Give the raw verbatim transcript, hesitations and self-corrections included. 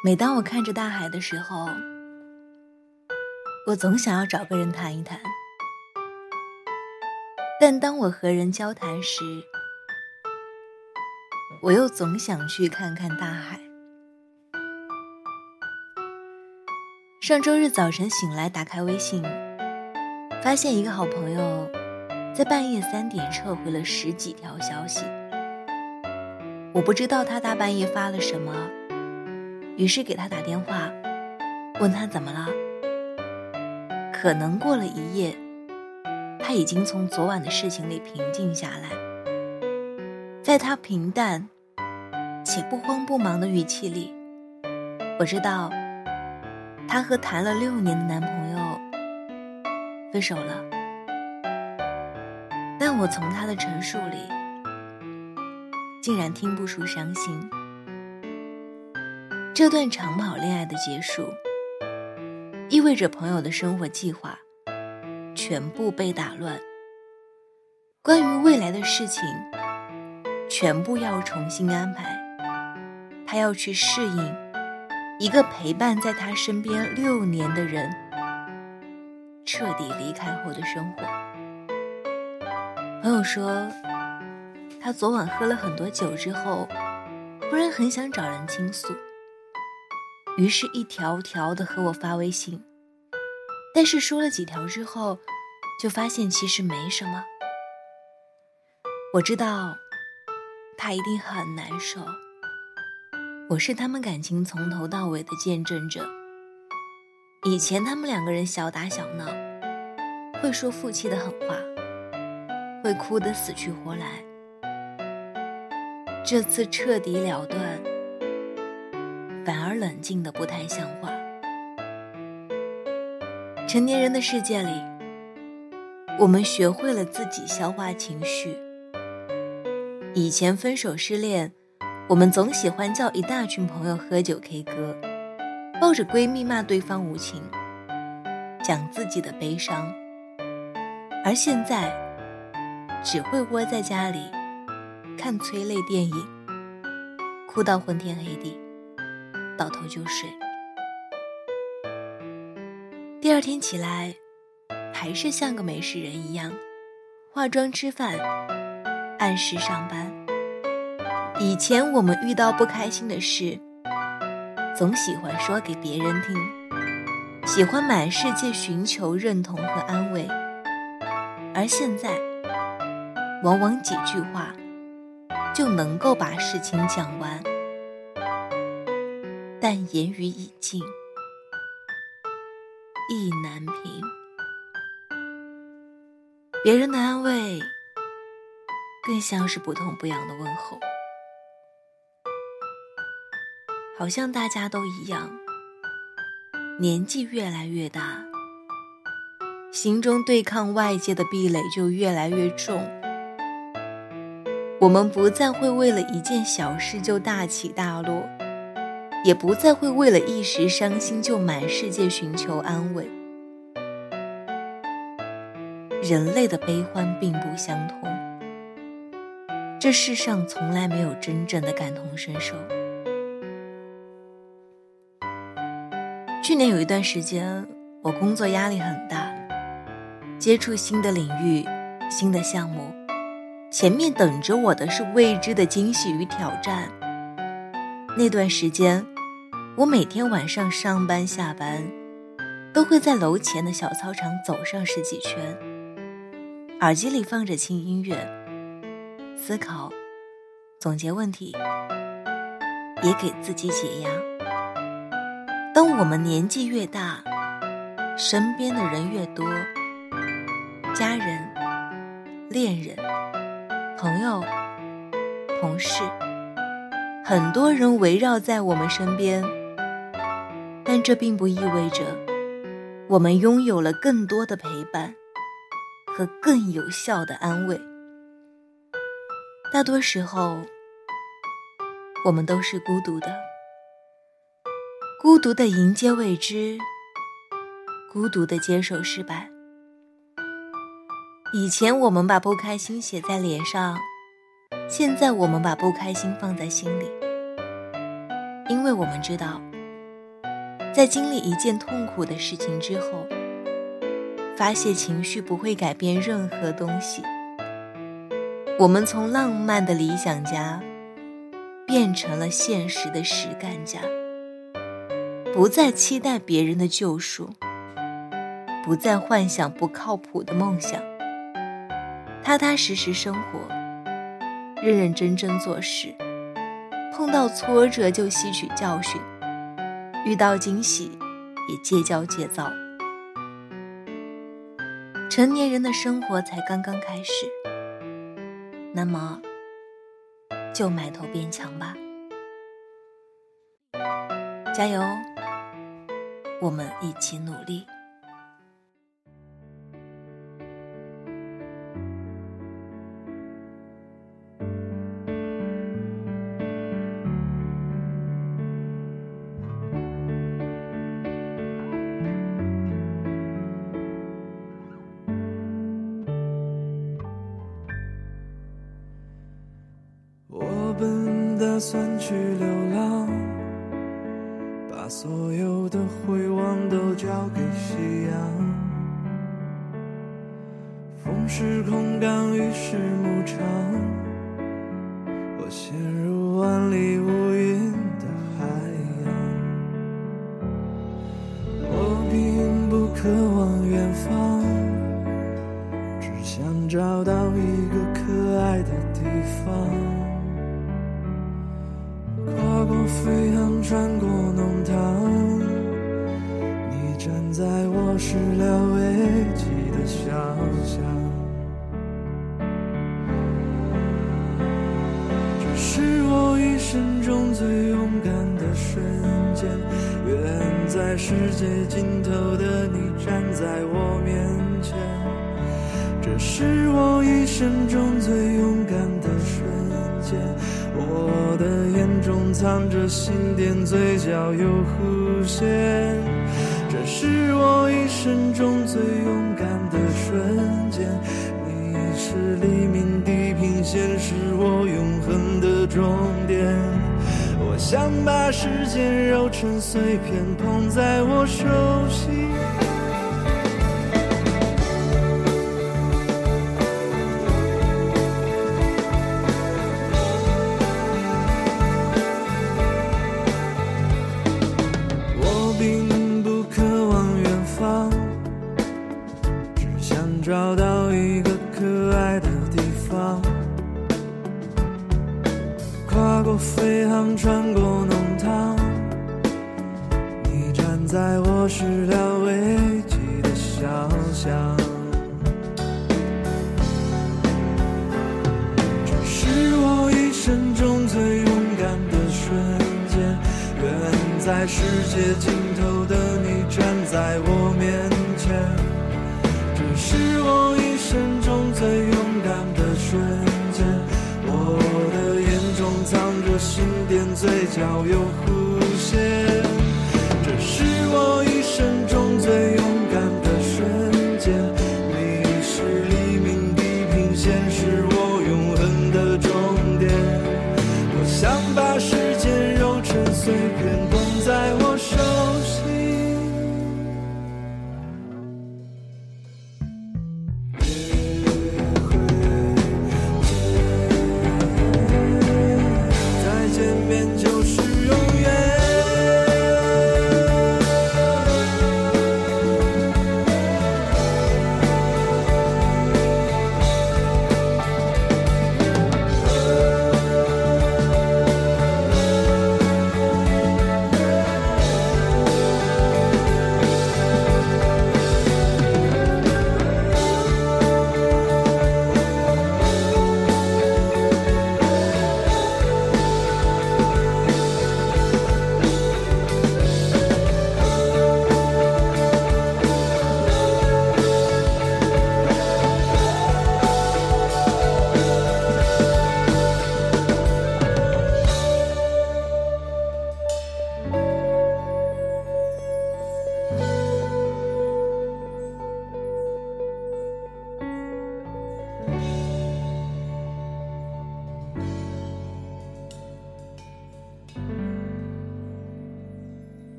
每当我看着大海的时候，我总想要找个人谈一谈，但当我和人交谈时，我又总想去看看大海。上周日早晨醒来，打开微信，发现一个好朋友在半夜三点撤回了十几条消息。我不知道他大半夜发了什么，于是给他打电话，问他怎么了。可能过了一夜，他已经从昨晚的事情里平静下来。在他平淡且不慌不忙的语气里，我知道他和谈了六年的男朋友分手了。但我从他的陈述里竟然听不出伤心。这段长跑恋爱的结束，意味着朋友的生活计划全部被打乱，关于未来的事情全部要重新安排。他要去适应一个陪伴在他身边六年的人彻底离开后的生活。朋友说，他昨晚喝了很多酒之后，忽然很想找人倾诉，于是一条条的和我发微信，但是说了几条之后，就发现其实没什么。我知道他一定很难受，我是他们感情从头到尾的见证者。以前他们两个人小打小闹，会说负气的狠话，会哭得死去活来。这次彻底了断，反而冷静得不太像话。成年人的世界里，我们学会了自己消化情绪。以前分手失恋，我们总喜欢叫一大群朋友喝酒 K 歌，抱着闺蜜骂对方无情，讲自己的悲伤。而现在只会窝在家里看催泪电影，哭到昏天黑地，倒头就睡。第二天起来，还是像个没事人一样，化妆吃饭，按时上班。以前我们遇到不开心的事，总喜欢说给别人听，喜欢满世界寻求认同和安慰。而现在，往往几句话就能够把事情讲完，但言语已尽，意难平。别人的安慰更像是不痛不痒的问候，好像大家都一样，年纪越来越大，心中对抗外界的壁垒就越来越重。我们不再会为了一件小事就大起大落，也不再会为了一时伤心就满世界寻求安慰。人类的悲欢并不相同，这世上从来没有真正的感同身受。去年有一段时间，我工作压力很大，接触新的领域、新的项目，前面等着我的是未知的惊喜与挑战。那段时间，我每天晚上上班下班，都会在楼前的小操场走上十几圈，耳机里放着轻音乐，思考、总结问题，也给自己解压。当我们年纪越大，身边的人越多，家人、恋人、朋友、同事，很多人围绕在我们身边，但这并不意味着我们拥有了更多的陪伴和更有效的安慰。大多时候，我们都是孤独的，孤独地迎接未知，孤独地接受失败。以前我们把不开心写在脸上，现在我们把不开心放在心里，因为我们知道在经历一件痛苦的事情之后，发泄情绪不会改变任何东西。我们从浪漫的理想家变成了现实的实干家，不再期待别人的救赎，不再幻想不靠谱的梦想，踏踏实实生活，认认真真做事，碰到挫折就吸取教训，遇到惊喜也戒骄戒躁。成年人的生活才刚刚开始，那么就埋头变强吧，加油，我们一起努力。 我本打算去流浪，把所有的回望都交给夕阳。风是空港，雨是牧场，我陷入万里无云的海洋。我并不渴望远方，只想找到一个可爱的地方。跨过飞航，穿过弄堂，你站在我始料未及的小巷。这是我一生中最勇敢的瞬间，远在世界尽头的你站在我面前。这是我一生中最勇敢的瞬间，我的眼中藏着心电，嘴角有弧线。这是我一生中最勇敢的瞬间，你是黎明地平线，是我永恒的终点。我想把时间揉成碎片，捧在我手心。找到一个可爱的地方，跨过飞航，穿过弄堂，你站在我始料未及的小巷。这是我一生中最勇敢的瞬间，远在世界尽头的你站在我面前。这是我一生中最勇敢的瞬间，我的眼中藏着心电，嘴角有弧线。这是我一生中最勇敢的瞬间，你是黎明地平线，是我永恒的终点。我想把时间揉成碎片，捧在我手心。再见面就是